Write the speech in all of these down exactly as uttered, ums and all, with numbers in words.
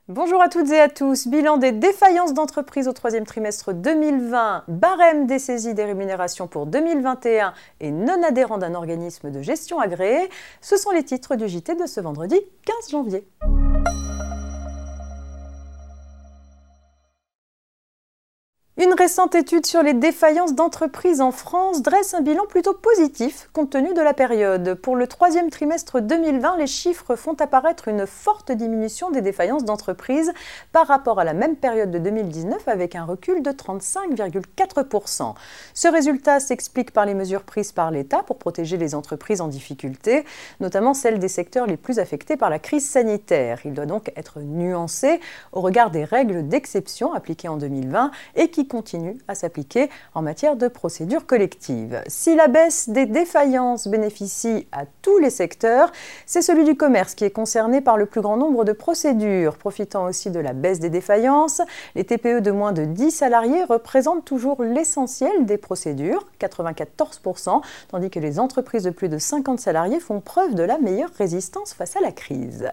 Bonjour à toutes et à tous. Bilan des défaillances d'entreprises au troisième trimestre deux mille vingt, barème des saisies des rémunérations pour deux mille vingt et un et non-adhérents d'un organisme de gestion agréé. Ce sont les titres du J T de ce vendredi quinze janvier. Une récente étude sur les défaillances d'entreprises en France dresse un bilan plutôt positif compte tenu de la période. Pour le troisième trimestre deux mille vingt, les chiffres font apparaître une forte diminution des défaillances d'entreprises par rapport à la même période de deux mille dix-neuf avec un recul de trente-cinq virgule quatre pour cent. Ce résultat s'explique par les mesures prises par l'État pour protéger les entreprises en difficulté, notamment celles des secteurs les plus affectés par la crise sanitaire. Il doit donc être nuancé au regard des règles d'exception appliquées en deux mille vingt et qui continue à s'appliquer en matière de procédure collective. Si la baisse des défaillances bénéficie à tous les secteurs, c'est celui du commerce qui est concerné par le plus grand nombre de procédures. Profitant aussi de la baisse des défaillances, les T P E de moins de dix salariés représentent toujours l'essentiel des procédures, quatre-vingt-quatorze pour cent, tandis que les entreprises de plus de cinquante salariés font preuve de la meilleure résistance face à la crise.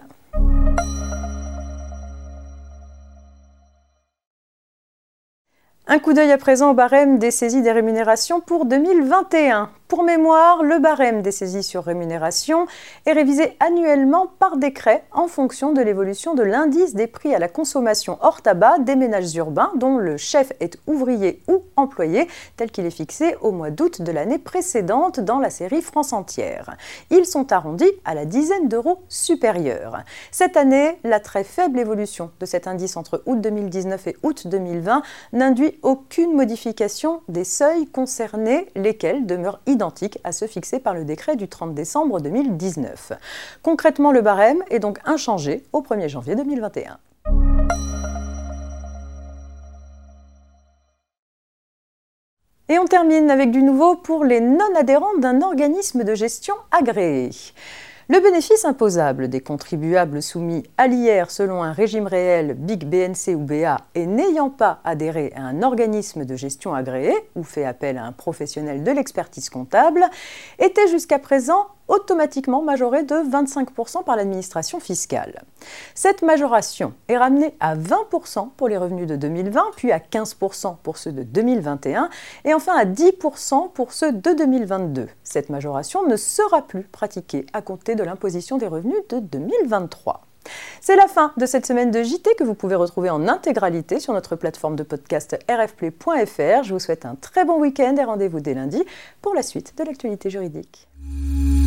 Un coup d'œil à présent au barème des saisies des rémunérations pour deux mille vingt et un. Pour mémoire, le barème des saisies sur rémunération est révisé annuellement par décret en fonction de l'évolution de l'indice des prix à la consommation hors tabac des ménages urbains dont le chef est ouvrier ou employé, tel qu'il est fixé au mois d'août de l'année précédente dans la série France entière. Ils sont arrondis à la dizaine d'euros supérieurs. Cette année, la très faible évolution de cet indice entre août deux mille dix-neuf et août deux mille vingt n'induit aucune modification des seuils concernés, lesquels demeurent identiques à ceux fixés par le décret du trente décembre deux mille dix-neuf. Concrètement, le barème est donc inchangé au premier janvier deux mille vingt et un. Et on termine avec du nouveau pour les non-adhérents d'un organisme de gestion agréé. Le bénéfice imposable des contribuables soumis à l'I R selon un régime réel B I C, B N C ou B A et n'ayant pas adhéré à un organisme de gestion agréé ou fait appel à un professionnel de l'expertise comptable était jusqu'à présent automatiquement majoré de vingt-cinq pour cent par l'administration fiscale. Cette majoration est ramenée à vingt pour cent pour les revenus de deux mille vingt, puis à quinze pour cent pour ceux de deux mille vingt et un et enfin à dix pour cent pour ceux de deux mille vingt-deux. Cette majoration ne sera plus pratiquée à compter de l'imposition des revenus de deux mille vingt-trois. C'est la fin de cette semaine de J T que vous pouvez retrouver en intégralité sur notre plateforme de podcast r f play point f r. Je vous souhaite un très bon week-end et rendez-vous dès lundi pour la suite de l'actualité juridique.